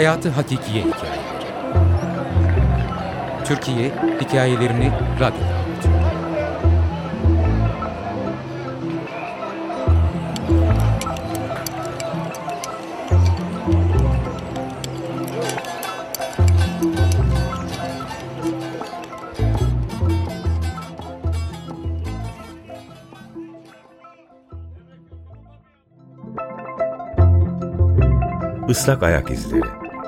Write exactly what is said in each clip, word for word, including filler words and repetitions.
Hayatı hakikiye hikayeleri. Türkiye hikayelerini radyoda anlatıyor. Islak ayak izleri.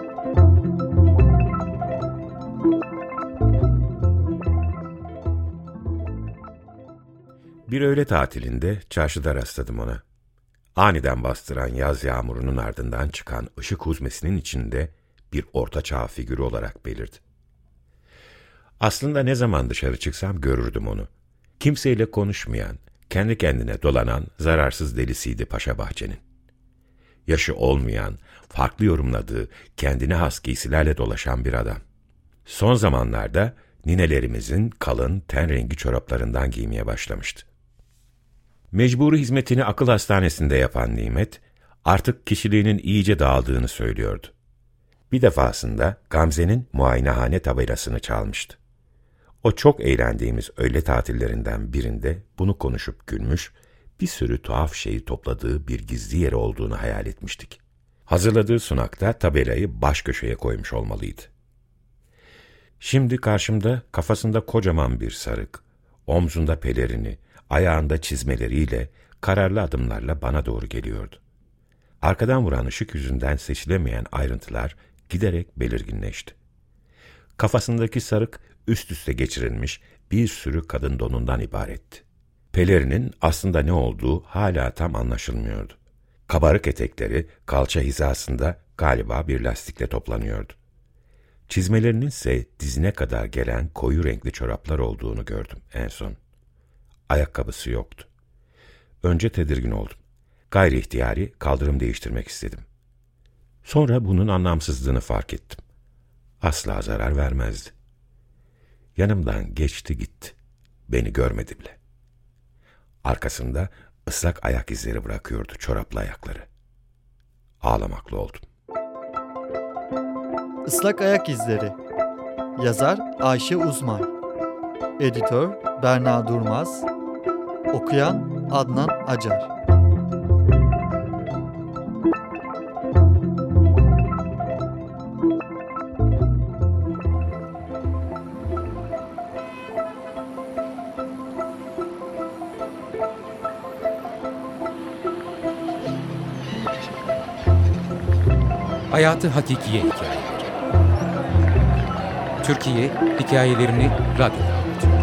Bir öğle tatilinde çarşıda rastladım ona. Aniden bastıran yaz yağmurunun ardından çıkan ışık huzmesinin içinde bir ortaçağ figürü olarak belirdi. Aslında ne zaman dışarı çıksam görürdüm onu. Kimseyle konuşmayan, kendi kendine dolanan zararsız delisiydi Paşa Bahçe'nin. Yaşı olmayan, farklı yorumladığı, kendine has giysilerle dolaşan bir adam. Son zamanlarda ninelerimizin kalın, ten rengi çoraplarından giymeye başlamıştı. Mecburi hizmetini akıl hastanesinde yapan Nimet, artık kişiliğinin iyice dağıldığını söylüyordu. Bir defasında Gamze'nin muayenehane tabelasını çalmıştı. O çok eğlendiğimiz öğle tatillerinden birinde bunu konuşup gülmüş, bir sürü tuhaf şeyi topladığı bir gizli yeri olduğunu hayal etmiştik. Hazırladığı sunakta tabelayı baş köşeye koymuş olmalıydı. Şimdi karşımda kafasında kocaman bir sarık, omzunda pelerini, ayağında çizmeleriyle kararlı adımlarla bana doğru geliyordu. Arkadan vuran ışık yüzünden seçilemeyen ayrıntılar giderek belirginleşti. Kafasındaki sarık üst üste geçirilmiş bir sürü kadın donundan ibaretti. Pelerinin aslında ne olduğu hala tam anlaşılmıyordu. Kabarık etekleri kalça hizasında galiba bir lastikle toplanıyordu. Çizmelerinin ise dizine kadar gelen koyu renkli çoraplar olduğunu gördüm en son. Ayakkabısı yoktu. Önce tedirgin oldum. Gayri ihtiyari kaldırım değiştirmek istedim. Sonra bunun anlamsızlığını fark ettim. Asla zarar vermezdi. Yanımdan geçti gitti. Beni görmedi bile. Arkasında ıslak ayak izleri bırakıyordu çoraplı ayakları. Ağlamaklı oldum. Islak ayak izleri. Yazar Ayşe Uzmay. Editör Berna Durmaz. Okuyan Adnan Acar. Hayatı hakikiye hikayeleri. Türkiye hikayelerini radyoda anlatıyor.